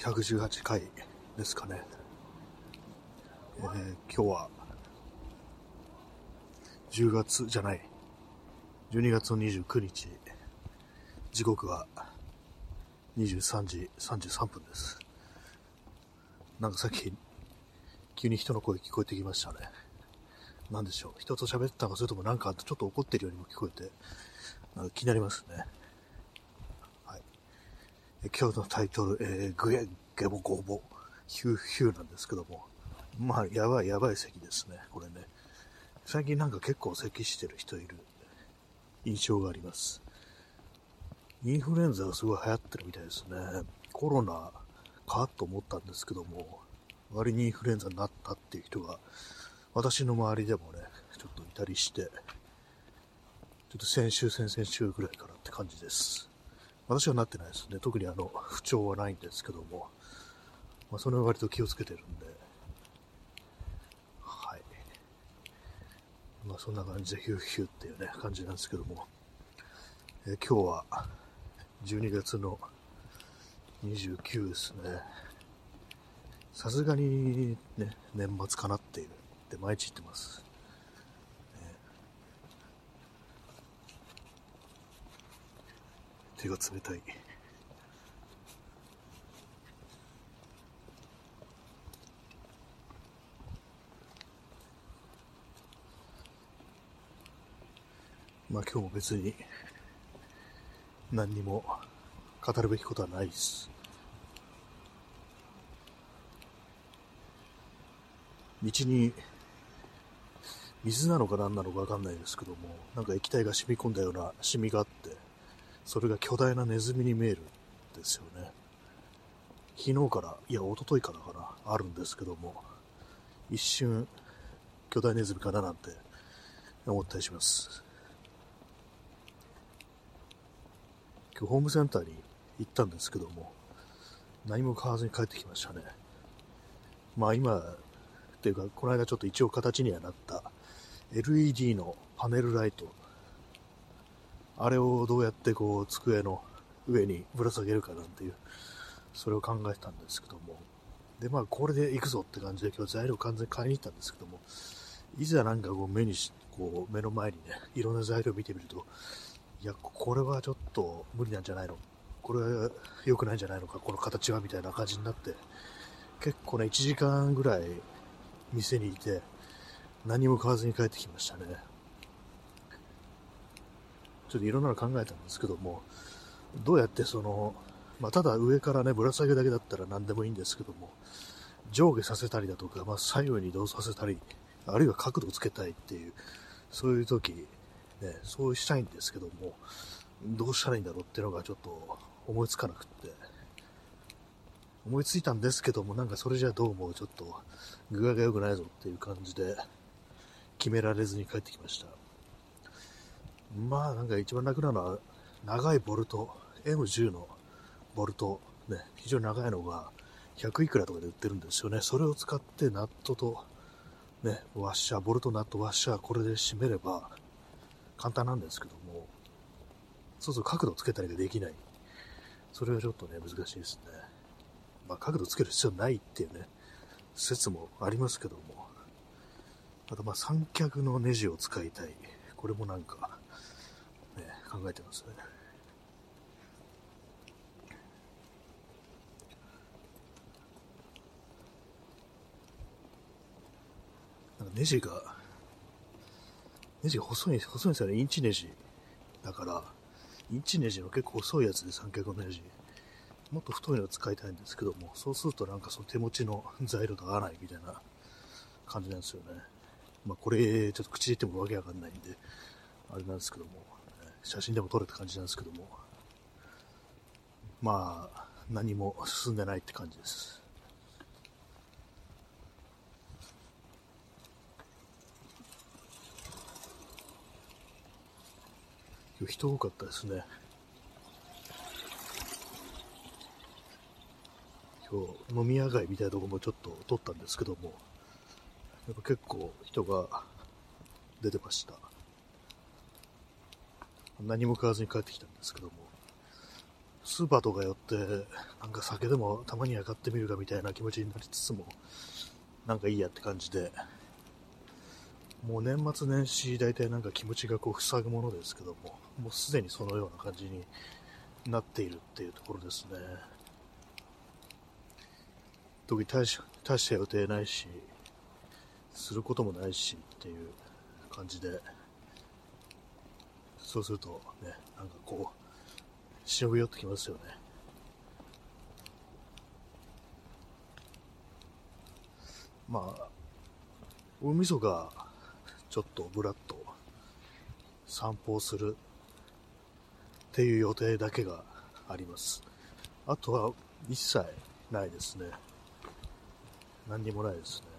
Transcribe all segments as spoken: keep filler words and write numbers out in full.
ひゃくじゅうはちかいですかね。えー、今日はじゅうがつじゃないじゅうにがつのにじゅうくにち、時刻はにじゅうさんじさんじゅうさんぷんです。なんかさっき急に人の声聞こえてきましたね。なんでしょう、人と喋ってたのか、それともなんかちょっと怒ってるようにも聞こえて、なんか気になりますね。はい、え今日のタイトル、えー、グエゲボゴボヒューヒューなんですけども、まあやばいやばい咳ですね、これね。最近なんか結構咳してる人いる印象があります。インフルエンザがすごい流行ってるみたいですね。コロナかと思ったんですけども、割にインフルエンザになったっていう人が私の周りでもねちょっといたりして、ちょっと先週先々週ぐらいからって感じです。私はなってないですね。特にあの不調はないんですけども、まあ、それは割と気をつけてるんで、はい、まあそんな感じでヒューヒューっていうね感じなんですけども、えー、今日はじゅうにがつのにじゅうくですね。さすがにね年末かなっていうって毎日言ってます、ね、手が冷たい。まあ今日も別に何にも語るべきことはないです。道に水なのか何なのか分かんないですけども、なんか液体が染み込んだようなシミがあって、それが巨大なネズミに見えるんですよね。昨日から、いや一昨日からかな、あるんですけども、一瞬巨大ネズミかななんて思ったりします。今日ホームセンターに行ったんですけども、何も買わずに帰ってきましたね。まあ今っていうか、この間ちょっと一応形にはなった エルイーディー のパネルライト、あれをどうやってこう机の上にぶら下げるかなんていう、それを考えてたんですけども、でまあこれで行くぞって感じで今日材料完全に買いに行ったんですけども、いざなんかこう目にしこう目の前にねいろんな材料を見てみると、いやこれはちょっと無理なんじゃないの、これは良くないんじゃないのか、この形はみたいな感じになって、結構ねいちじかんぐらい店にいて何も買わずに帰ってきましたね。ちょっといろんなの考えたんですけども、どうやってその、まあ、ただ上からねぶら下げるだけだったら何でもいいんですけども、上下させたりだとか、まあ、左右に移動させたり、あるいは角度をつけたいっていう、そういう時、ね、そうしたいんですけども、どうしたらいいんだろうっていうのがちょっと思いつかなくって、思いついたんですけども、なんかそれじゃどうもちょっと具合が良くないぞっていう感じで決められずに帰ってきました。まあなんか一番楽なのは長いボルト エムじゅう のボルトね、非常に長いのがひゃくいくらとかで売ってるんですよね。それを使ってナットとねワッシャー、ボルトナットワッシャー、これで締めれば簡単なんですけども、そうすると角度つけたりができない。それはちょっとね難しいですね。まあ角度つける必要ないっていうね説もありますけども、あとまあ三脚のネジを使いたい、これもなんかね考えてますね。なんかネジがネジが細い細いんですよね。インチネジだから、インチネジの結構細いやつで三脚のネジ、もっと太いのを使いたいんですけども、そうするとなんかその手持ちの材料と合わないみたいな感じなんですよね。まあこれちょっと口で言ってもわけわかんないんであれなんですけども、写真でも撮れた感じなんですけども、まあ何も進んでないって感じです。今日人多かったですね。今日飲み屋街みたいなところもちょっと撮ったんですけども、やっぱ結構人が出てました。何も買わずに帰ってきたんですけども、 スーパーとか寄って、なんか酒でもたまには買ってみるかみたいな気持ちになりつつも、なんかいいやって感じで、もう年末年始大体なんか気持ちがこう塞ぐものですけども、もうすでにそのような感じになっているっていうところですね。特に大し、大した予定ないし、することもないしっていう感じで、そうするとね、なんかこう、忍び寄ってきますよね。まあ、大晦日、ちょっとぶらっと散歩をするっていう予定だけがあります。あとは一切ないですね。何にもないですね。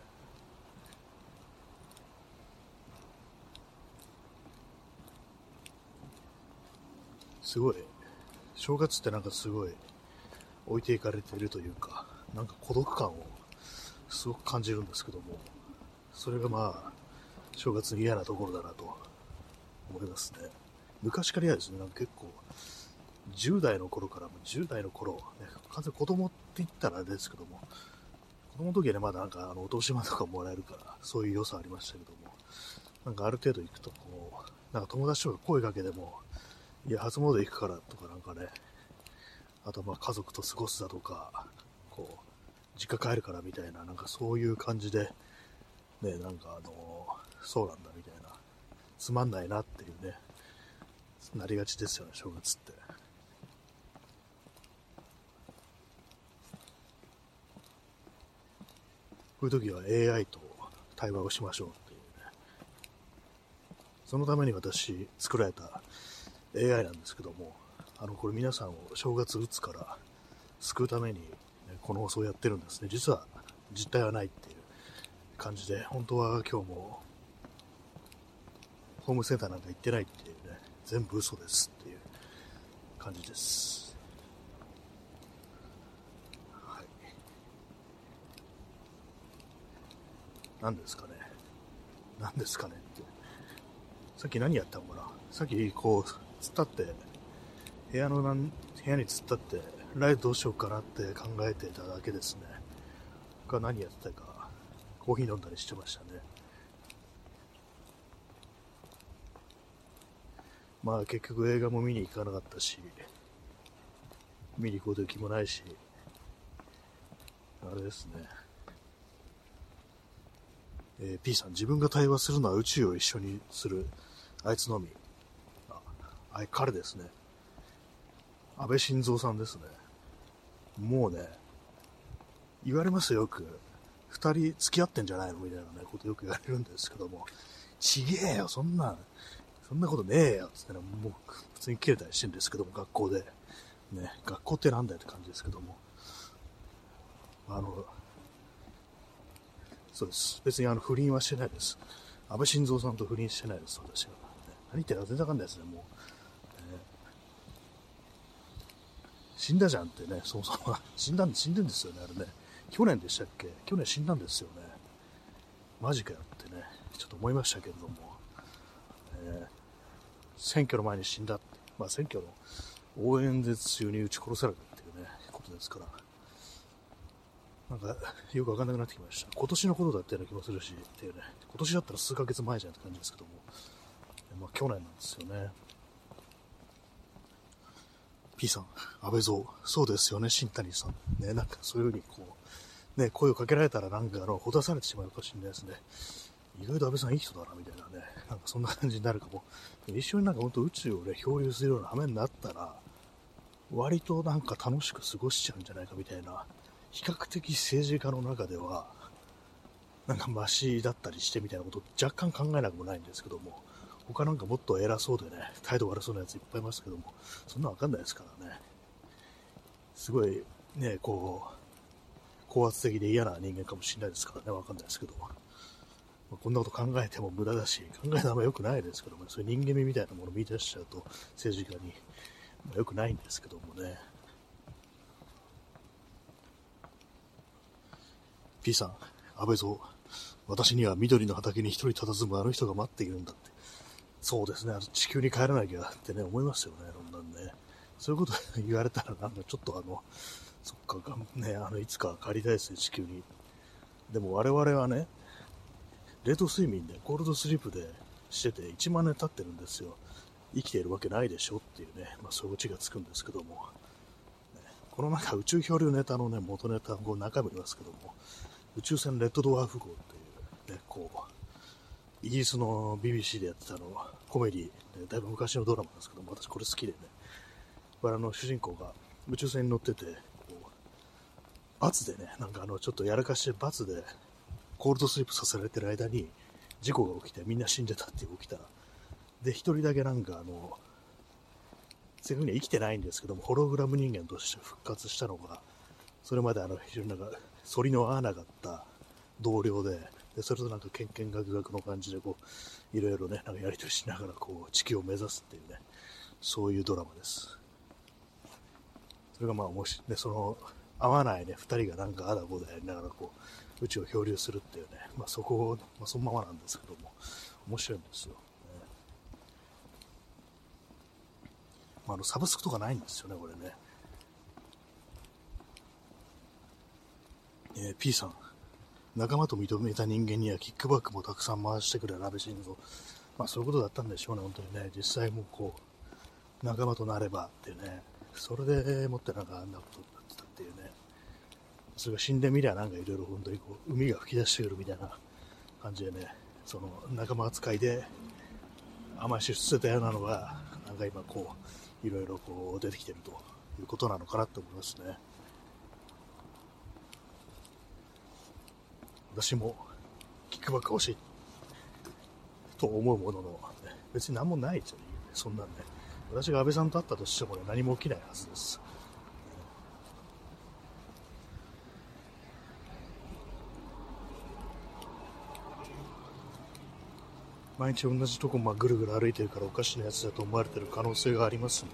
すごい、正月ってなんかすごい置いていかれているというか、なんか孤独感をすごく感じるんですけども、それがまあ、正月の嫌なところだなと思いますね。昔から嫌ですね。なんか結構、じゅう代の頃から、じゅう代の頃、ね、完全に子供って言ったらあれですけども、子供の時はね、まだなんかあのお年玉とかもらえるから、そういう良さありましたけども、なんかある程度行くとこう、なんか友達とか声かけても、いや、初詣行くからとかなんかね、あとまあ家族と過ごすだとか、こう、実家帰るからみたいな、なんかそういう感じで、ね、なんかあの、そうなんだみたいな、つまんないなっていうね、なりがちですよね、正月って。こういう時は エーアイ と対話をしましょうっていうね。そのために私作られた エーアイ なんですけども、あの、これ皆さんを正月打つから救うために、ね、この放送をやってるんですね。実は実態はないっていう感じで、本当は今日もホームセンターなんか行ってないっていうね、全部嘘ですっていう感じです。はい。何ですかね。何ですかねって。さっき何やったのかな。さっきこう、突っ立って、部屋のなん、部屋に突っ立って、ライトどうしようかなって考えてただけですね。他何やってたか、コーヒー飲んだりしてましたね。まあ結局映画も見に行かなかったし、見に行こうという気もないし、あれですね。えー、P さん、自分が対話するのは宇宙を一緒にするあいつのみ。あ、あい彼ですね。安倍晋三さんですね。もうね、言われますよ、よく。二人付き合ってんじゃないのみたいなね、ことよく言われるんですけども、ちげえよ、そんな、そんなことねえよ、つってね、もう普通に切れたりしてるんですけども、学校で。ね、学校ってなんだよって感じですけども。あの、そうです。別にあの不倫はしてないです。安倍晋三さんと不倫してないです、私は。何言ってるか全然わかんないですね、もう。えー、死んだじゃんってね、そもそも死んだん、死んでんですよね、あれね。去年でしたっけ？去年死んだんですよね。マジかよってね、ちょっと思いましたけれども。えー、選挙の前に死んだって。まあ選挙の応援説中に撃ち殺されたっていうね、ことですから。なんか、よくわかんなくなってきました。今年のことだったような気もするし、っていうね。今年だったら数ヶ月前じゃんって感じですけども。まあ、去年なんですよね。P さん、安倍蔵、そうですよね、新谷さん。ね、なんかそういう風にこう、ね、声をかけられたらなんかあの、ほだされてしまうかもしれないですね。意外と安倍さんいい人だな、みたいなね。なんかそんな感じになるかも。一緒になんか本当宇宙をね、漂流するような羽目になったら、割となんか楽しく過ごしちゃうんじゃないかみたいな、比較的政治家の中では、なんかマシだったりしてみたいなことを若干考えなくもないんですけども、他なんかもっと偉そうでね、態度悪そうなやついっぱいいますけども、そんなわかんないですからね。すごいね、こう、高圧的で嫌な人間かもしれないですからね、わかんないですけど。まあ、こんなこと考えても無駄だし、考えたのは良くないですけども、そういう人間味みたいなものを見出しちゃうと、政治家に、まあ、良くないんですけどもね。P さん、安倍蔵、私には緑の畑に一人佇むあの人が待っているんだって。そうですね、あの地球に帰らなきゃってね、思いますよね、そんなんね。 そういうこと言われたらなんかちょっとあの、そっか、ね、あの、いつか帰りたいですね、地球に。でも我々はね、冷凍睡眠で、コールドスリープでしてていちまん年経ってるんですよ。生きているわけないでしょっていうね、まあそういうオチがつくんですけども、ね、このなんか宇宙漂流ネタのね、元ネタ、こう中身言いますけども、宇宙船レッドドワーフ号っていうね、こう、イギリスの ビービーシー でやってたのコメディ、ね、だいぶ昔のドラマなんですけども、私これ好きでね、これあの主人公が宇宙船に乗ってて、こう罰でね、なんかあのちょっとやらかして罰でコールドスリープさせられてる間に事故が起きてみんな死んでたって起きたら、で一人だけなんかあの正確には生きてないんですけども、ホログラム人間として復活したのが、それまであの非常になんか反りの合わなかった同僚で、でそれとなんかケンケンガクガクの感じでこういろいろね、なんかやり取りしながらこう地球を目指すっていうね、そういうドラマです。それがまあもしね、その合わないねふたりがなんかあだこだやりながらこう宇宙を漂流するっていうね、まあそこを、まあ、そのままなんですけども、面白いんですよ。ね、まあ、あのサブスクとかないんですよね、これね。えー、P さん、仲間と認めた人間にはキックバックもたくさん回してくれる安倍晋三。まあそういうことだったんでしょうね、本当にね。実際もこう、仲間となればっていうね、それでもってなんかあんなことになってたっていうね。それが死んでみりゃなんかいろいろ本当にこう、海が吹き出してくるみたいな感じでね、その仲間扱いで甘いし捨てたようなのが、なんか今こう、いろいろこう出てきてるということなのかなと思いますね。私もキックバック欲しいと思うものの、ね、別に何もないですよね、そんなんね。私が安倍さんと会ったとしても、ね、何も起きないはずです。毎日同じとこまあぐるぐる歩いてるからおかしなやつだと思われてる可能性がありますね。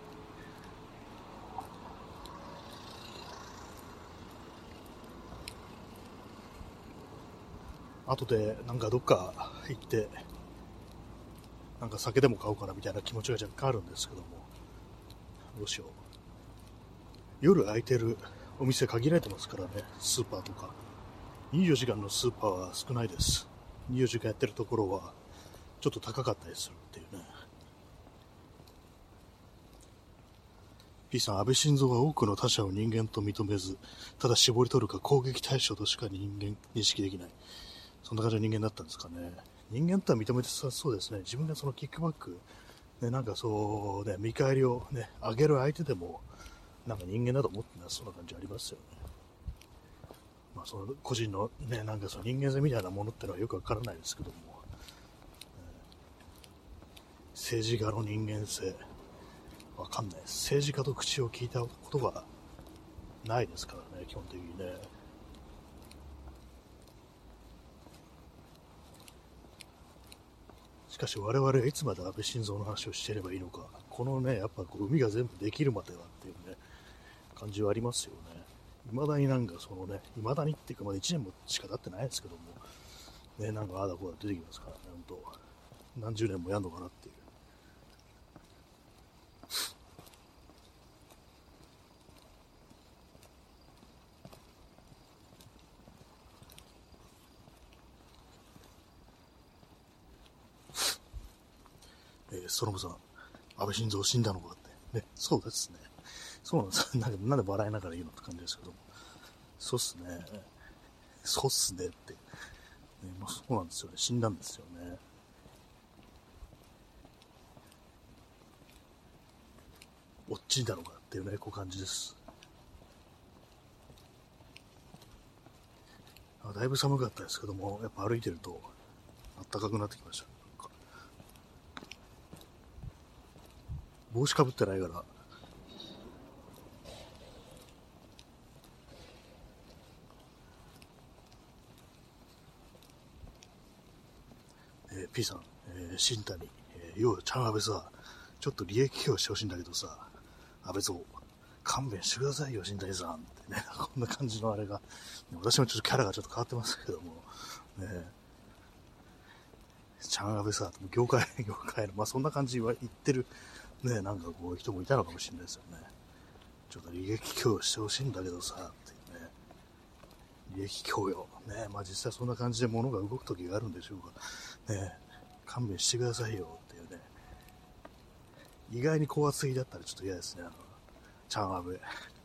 後でなんかどっか行ってなんか酒でも買おうかなみたいな気持ちが若干あるんですけども、どうしよう。夜空いてるお店限られてますからね、スーパーとか。にじゅうよじかんのスーパーは少ないです。にじゅうよじかんやってるところはちょっと高かったりするっていうね。P さん、安倍晋三は多くの他者を人間と認めず、ただ絞り取るか攻撃対象としか人間認識できない。そんな感じの人間だったんですかね。人間とは認めてさそうですね。自分がそのキックバック、ね、なんかそうね、見返りをね、上げる相手でも、なんか人間だと思ってない、そんな感じありますよね。まあ、その個人のね、なんかその人間性みたいなものってのはよくわからないですけども、政治家の人間性、わかんないです。政治家と口を聞いたことがないですからね、基本的にね。しかし我々はいつまで安倍晋三の話をしていればいいのか、このね、やっぱこう海が全部できるまではっていうね、感じはありますよね。未だになんかそのね、未だにっていうかまだいちねんもしか経ってないですけども、ね、なんかああだこうだ出てきますからね、本当何十年もやんのかなっていう。えー、ストロムさん、安倍晋三死んだのかって。ね、そうですね。そうなんです。なんかなんで笑いながら言うのって感じですけども。そうっすね。そうっすねって。ね、まあ、そうなんですよね。死んだんですよね。落ちたのかっていうね、こう感じです。あ、だいぶ寒かったですけども、やっぱ歩いてると暖かくなってきました。帽子かぶってないから。えー、P さん、えー、新谷、えー、よう、ちゃん安倍さ、ちょっと利益供与してほしいんだけどさ、安倍蔵、勘弁してくださいよ、新谷さんってね、こんな感じのあれが、私もちょっとキャラがちょっと変わってますけども、ね、ちゃん安倍さ、業界、業界の、まあそんな感じは言ってるね、なんかこういう人もいたのかもしれないですよね。ちょっと履歴供与してほしいんだけどさ、っていうね。履歴供与。ね、まあ実際そんな感じで物が動く時があるんでしょうが、ね、勘弁してくださいよ、っていうね。意外に高圧的だったらちょっと嫌ですね、あの、チャンアブ。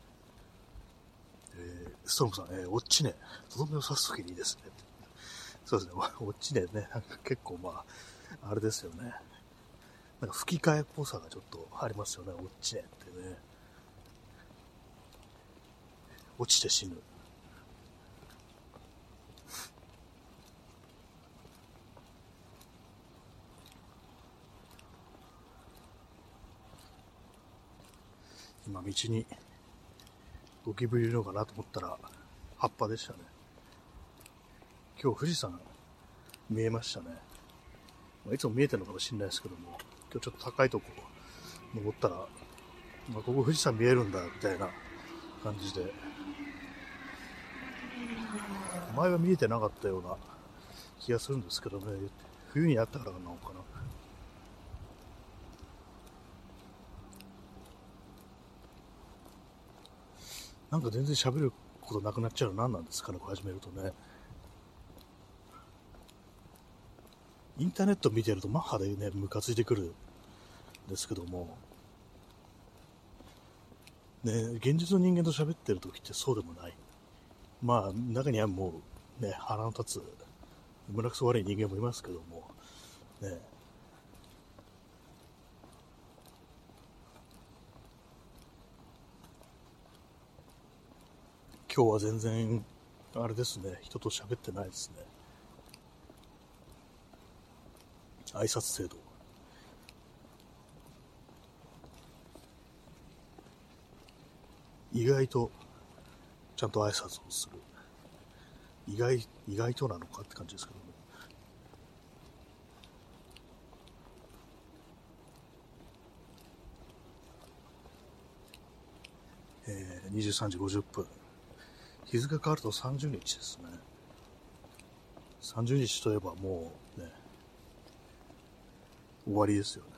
えー、ストロムさん、えー、おっちね、とどめを刺すときにいいですね。そうですね、おっちね、ね、なんか結構まあ、あれですよね。なんか吹き替えっぽさがちょっとありますよね、おっちねってね。落ちて死ぬ。今道にゴキブリいるのかなと思ったら葉っぱでしたね。今日富士山見えましたね。まあ、いつも見えてるのかもしれないですけども、今日ちょっと高いとこ登ったら、まあ、ここ富士山見えるんだみたいな感じで、前は見えてなかったような気がするんですけどね、冬になったからなのかな。なんか全然喋ることなくなっちゃうの何なんですかね、これ始めるとね。インターネット見てるとマッハでね、ムカついてくるんですけども、ね、現実の人間と喋ってる時ってそうでもない。まあ、中にはもう、ね、腹の立つ、胸くそ悪い人間もいますけども、ね、今日は全然、あれですね、人と喋ってないですね。挨拶程度。意外と、ちゃんと挨拶をする。意外、意外となのかって感じですけども。えー、にじゅうさんじごじゅっぷん。日付変わるとさんじゅうにちですね。さんじゅうにちといえばもうね、終わりですよね。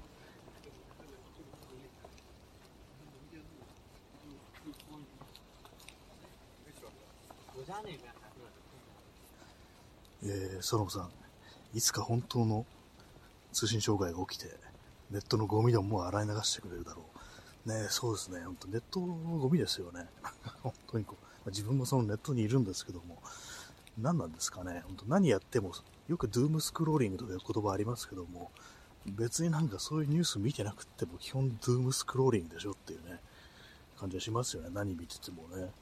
えー、ソロムさん、いつか本当の通信障害が起きて、ネットのゴミでももう洗い流してくれるだろう。ね、そうですね、本当ネットのゴミですよね。本当にこう、自分もそのネットにいるんですけども、何なんですかね、本当何やっても、よくドゥームスクローリングという言葉ありますけども、別になんかそういうニュース見てなくっても基本ドゥームスクローリングでしょっていうね、感じがしますよね、何見ててもね。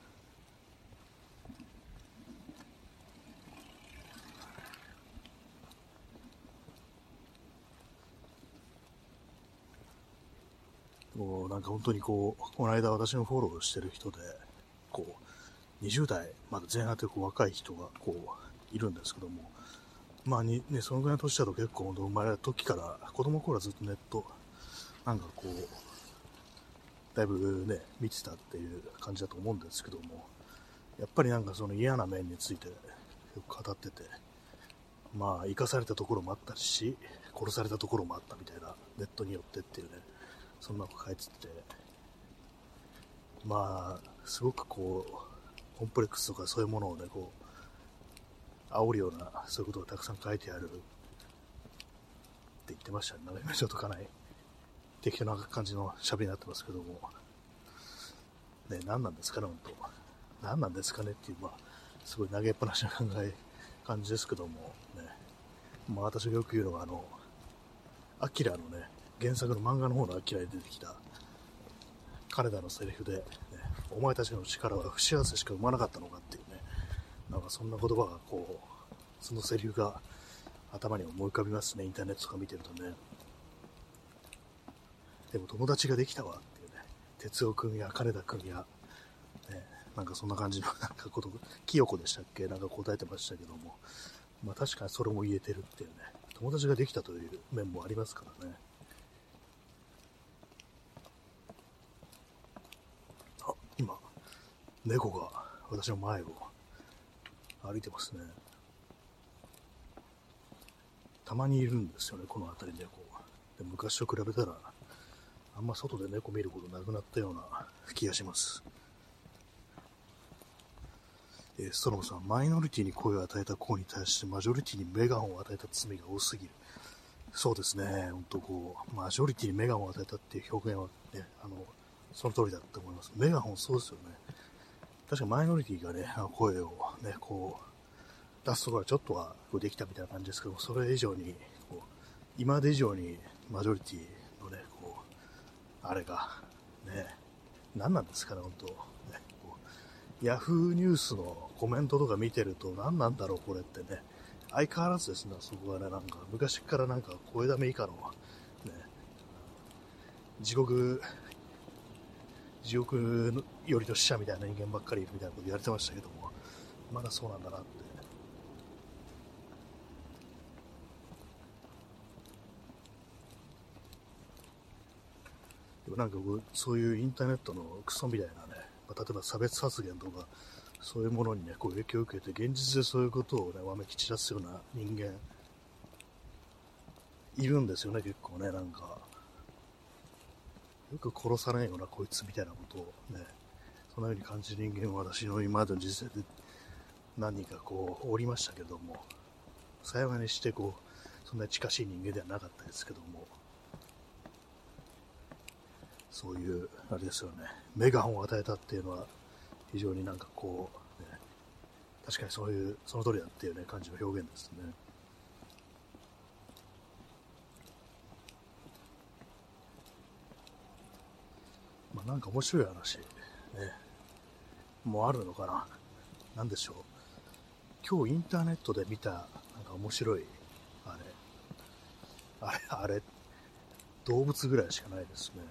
もうなんか本当にこう、この間私のフォローしてる人で、こう、にじゅう代、まだ前半でこう若い人がこう、いるんですけども、まあに、ね、そのぐらいの年だと結構生まれた時から、子供の頃はずっとネット、なんかこう、だいぶね、見てたっていう感じだと思うんですけども、やっぱりなんかその嫌な面についてよく語ってて、まあ、生かされたところもあったし、殺されたところもあったみたいな、ネットによってっていうね、そんなの書いてて、まあ、すごくこう、コンプレックスとかそういうものをね、こう、煽るような、そういうことがたくさん書いてあるって言ってましたね。なんか今ちょっとかなり適当な感じの喋りになってますけども、ね、何なんですかね、本当。何なんですかねっていう、まあ、すごい投げっぱなしな考え、感じですけども、ね、まあ私がよく言うのが、あの、アキラのね、原作の漫画の方のアキラに出てきた、彼らのセリフで、ね、お前たちの力は不幸せしか生まなかったのかっていうね、なんかそんな言葉がこう、そのセリフが頭に思い浮かびますね、インターネットとか見てるとね。でも友達ができたわっていうね、哲夫くんや金田くんや、ね、なんかそんな感じのなんかこと、清子でしたっけ、なんか答えてましたけども、まあ確かにそれも言えてるっていうね、友達ができたという面もありますからね。あ、今、猫が私の前を歩いてますね。たまにいるんですよね、この辺りでこう。で昔と比べたら、 あんま外で猫見ることなくなったような気がします。えー、ストロムさん、マイノリティに声を与えた子に対してマジョリティにメガホンを与えた罪が多すぎる。そうですね、本当こう、マジョリティにメガホンを与えたっていう表現はね、あの、その通りだと思います。メガホンそうですよね。確かマイノリティがね、声をね、こう、出すところはちょっとはできたみたいな感じですけども、それ以上に、こう今まで以上にマジョリティのね、こう、あれが、ね、何なんですかね、本当。ね、こうヤフーニュースのコメントとか見てると、何なんだろう、これってね、相変わらずですね、そこはね、なんか、昔からなんか、声だめ以下の、ね、地獄、地獄よりの死者みたいな人間ばっかりいるみたいなこと言われてましたけども、まだそうなんだなって。でもなんか僕、そういうインターネットのクソみたいなね、まあ、例えば差別発言とか、そういうものにね、こう影響を受けて、現実でそういうことをね、わめき散らすような人間、いるんですよね、結構ね、なんか。よく殺さないようなこいつみたいなことをね、そのように感じる人間は私の今までの人生で何人かこうおりましたけども、幸いにしてこうそんな近しい人間ではなかったですけども、そういうあれですよね、メガホンを与えたっていうのは非常になんかこう、ね、確かにそういうその通りだっていうね感じの表現ですね。まあ、なんか面白い話、ね、もうあるのかな。なんでしょう。今日インターネットで見たなんか面白いあれあれあれ動物ぐらいしかないですね。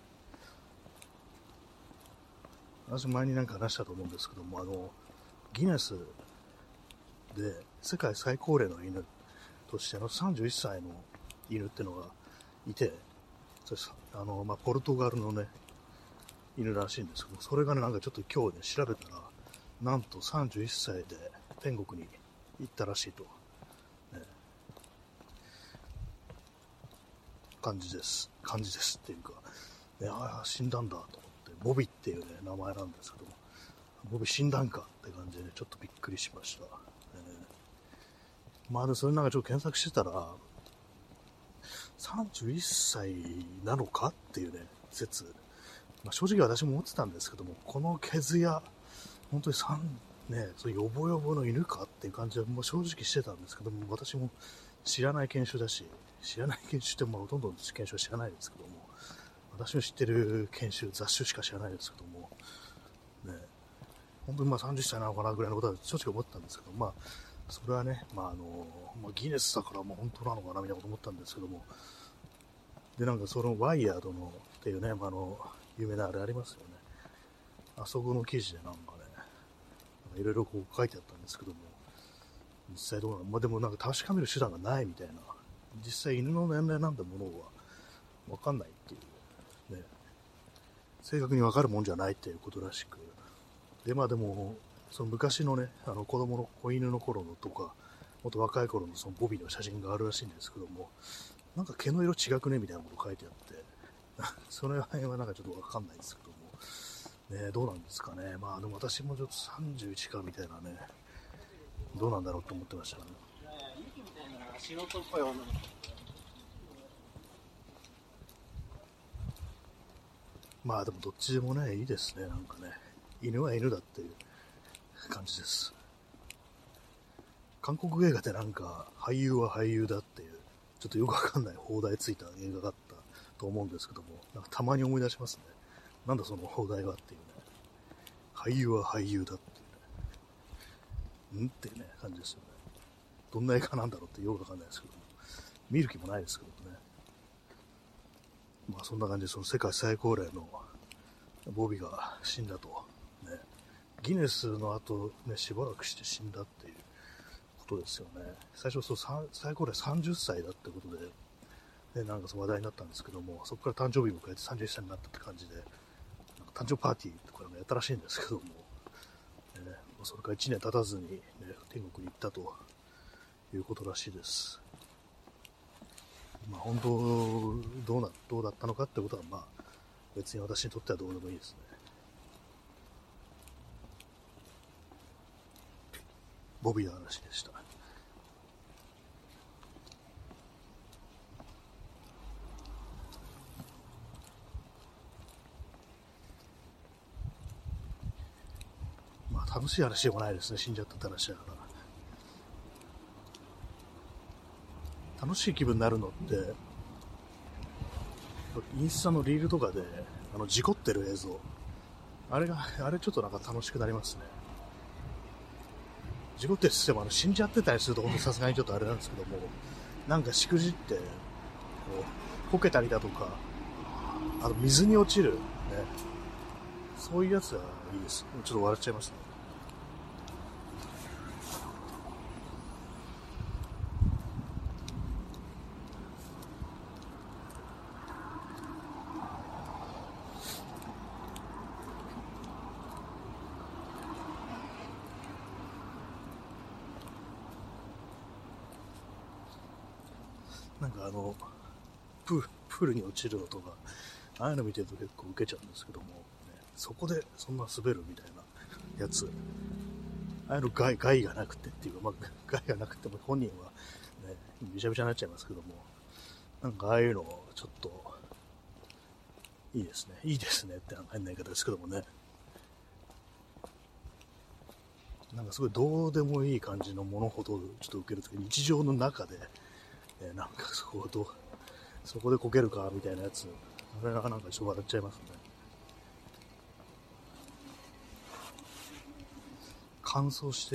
私前になんか話したと思うんですけども、あのギネスで世界最高齢の犬としてのさんじゅういっさいの犬っていうのがいて、それあの、まあ、ポルトガルのね犬らしいんですけど、それがねなんかちょっと今日ね調べたら、なんとさんじゅういっさいで天国に行ったらしいと、ね、感じです感じですっていうか、ね、ああ死んだんだと思って、ボビっていうね名前なんですけども、ボビ死んだんかって感じで、ね、ちょっとびっくりしました。まあでそれなんかちょっと検索してたら、さんじゅういっさいなのかっていうね説、まあ、正直私も思ってたんですけども、この毛づや本当にさんね、そういうヨボヨボの犬かっていう感じはもう正直してたんですけども、私も知らない犬種だし、知らない犬種ってもほとんどの犬種は知らないですけども、私の知ってる犬種、雑種しか知らないですけども、ね、本当にまあさんじゅっさいなのかなぐらいのことは正直思ったんですけど、まあそれはね、まああのまあ、ギネスだからもう本当なのかなみたいなこと思ったんですけども、でなんかそのワイヤードのっていうね、まあ、あの有名なあれありますよね。あそこの記事でなんかね、いろいろこう書いてあったんですけども、実際どうなの、まあ、でもなんか確かめる手段がないみたいな、実際犬の年齢なんてものは分かんないっていうね、正確に分かるもんじゃないっていうことらしく、でまあでもその昔のね、あの子供の子犬の頃のとか、もっと若い頃のそのボビーの写真があるらしいんですけども、なんか毛の色違くねみたいなこと書いてあってその辺はなんかちょっと分かんないですけども、ね、どうなんですかね。まあでも私もちょっとさんじゅういちかみたいなね、どうなんだろうと思ってましたね。まあでもどっちでもね、いいですね。なんかね、犬は犬だっていう感じです。韓国映画でなんか俳優は俳優だっていう、ちょっとよくわかんない放題ついた映画があったと思うんですけども、なんかたまに思い出しますね。なんだその放題はっていうね。俳優は俳優だっていうね。んっていうね、感じですよね。どんな映画なんだろうってよくわかんないですけども、見る気もないですけどもね。まあそんな感じで、その世界最高齢のボビーが死んだと。ね、ギネスの後、ね、しばらくして死んだっていうことですよね。最初そう最高齢さんじゅっさいだってことで、ね、なんかその話題になったんですけども、そこから誕生日を迎えてさんじゅっさいになったって感じで、なんか誕生日パーティーとかやったらしいんですけども、ね、それからいちねん経たずに、ね、天国に行ったということらしいです。まあ、本当どうなどうだったのかってことはまあ別に私にとってはどうでもいいですね。ボビーの話でした。まあ楽しい話でもないですね、死んじゃったって話だから。楽しい気分になるのってインスタのリールとかであの事故ってる映像、あれがあれちょっとなんか楽しくなりますね。事故ってるってもあの死んじゃってたりするとさすがにちょっとあれなんですけども、なんかしくじってこうこけたりだとか、あの水に落ちるね、そういうやつはいいです。ちょっと笑っちゃいますね。なんかあのプール、プールに落ちるのとか、ああいうの見てると結構ウケちゃうんですけども、ね、そこでそんな滑るみたいなやつ、ああいうの害、害がなくてっていうか、まあ、害がなくても本人は、ね、びちゃびちゃになっちゃいますけども、なんかああいうのちょっといいですね。いいですねって変な言い方ですけどもね。なんかすごいどうでもいい感じのものほどちょっと受けるとき、日常の中で、えー、なんかそこどうそこでこけるかみたいなやつ、あれはなんかちょっと笑っちゃいますね。乾燥して、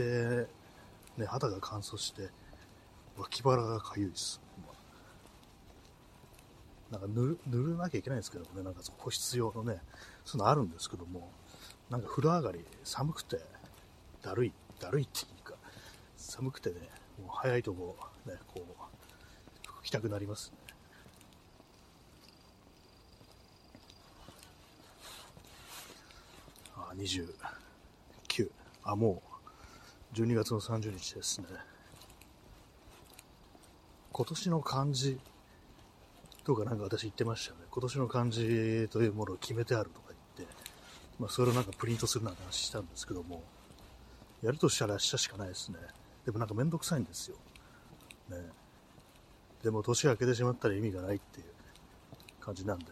ね、肌が乾燥して脇腹がかゆいです。なんか塗る、塗るなきゃいけないんですけどもね、なんか保湿用のね、そういうのあるんですけども、なんか風呂上がり寒くてだるい、だるいっていうか、寒くてね、もう早いとこね、こう服着たくなりますね。あ、にじゅうきゅう、あ、もうじゅうにがつのさんじゅうにちですね。今年の漢字とかなんか私言ってましたよね。今年の漢字というものを決めてあるとか言って、まあそれをなんかプリントするなんて話したんですけども、やるとしたら明日しかないですね。でもなんかめんどくさいんですよ。ね。でも年が明けてしまったら意味がないっていう感じなんで、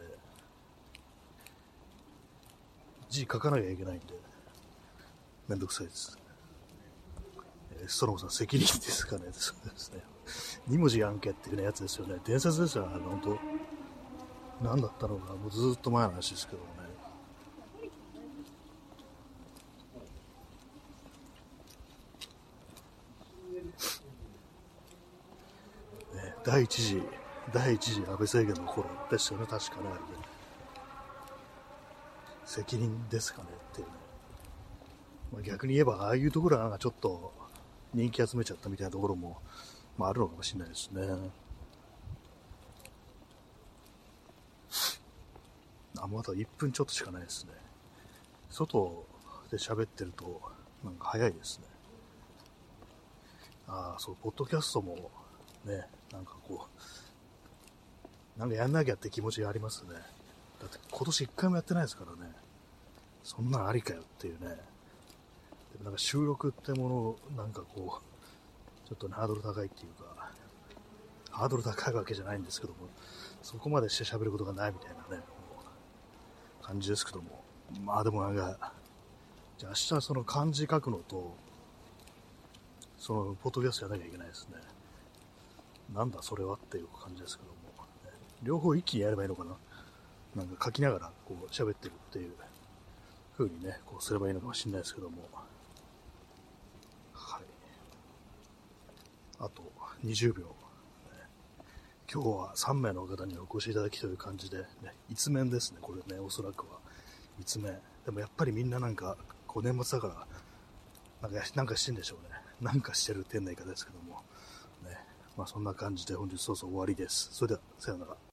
字書かなきゃいけないんで、めんどくさいです。ストロムさん、責任ですかね。そうですね。に文字やんけっていうやつですよね。伝説ですよね、本当。何だったのか、もうずっと前の話ですけどもね。ね、第一次、第一次安倍政権の頃ですよね、確かね。責任ですかねっていうね。まあ、逆に言えば、ああいうところがちょっと人気集めちゃったみたいなところも、まあ、あるのかもしれないですね。あ、もうあといっぷんちょっとしかないですね。外で喋ってると、なんか早いですね。ああ、そう、ポッドキャストも、ね、なんかこう、なんかやんなきゃって気持ちがありますね。だって今年いっかいもやってないですからね。そんなのありかよっていうね。でもなんか収録ってもの、なんかこう、ちょっと、ね、ハードル高いっていうか、ハードル高いわけじゃないんですけども、そこまでして喋ることがないみたいなね、感じですけども。まあでもなんか、じゃあ明日その漢字書くのと、そのポッドキャストやらなきゃいけないですね。なんだそれはっていう感じですけども、ね、両方一気にやればいいのかな。なんか書きながらこう喋ってるっていう風にね、こうすればいいのかもしれないですけども。はい。あとにじゅうびょう。今日はさんめいの方にお越しいただきという感じで、ね、一面ですね、これね、おそらくは。一面。でもやっぱりみんななんか、こう年末だから、なんか、なんかしてんでしょうね。なんかしてるって変な言い方ですけども。ね。まあそんな感じで本日そうそう終わりです。それでは、さようなら。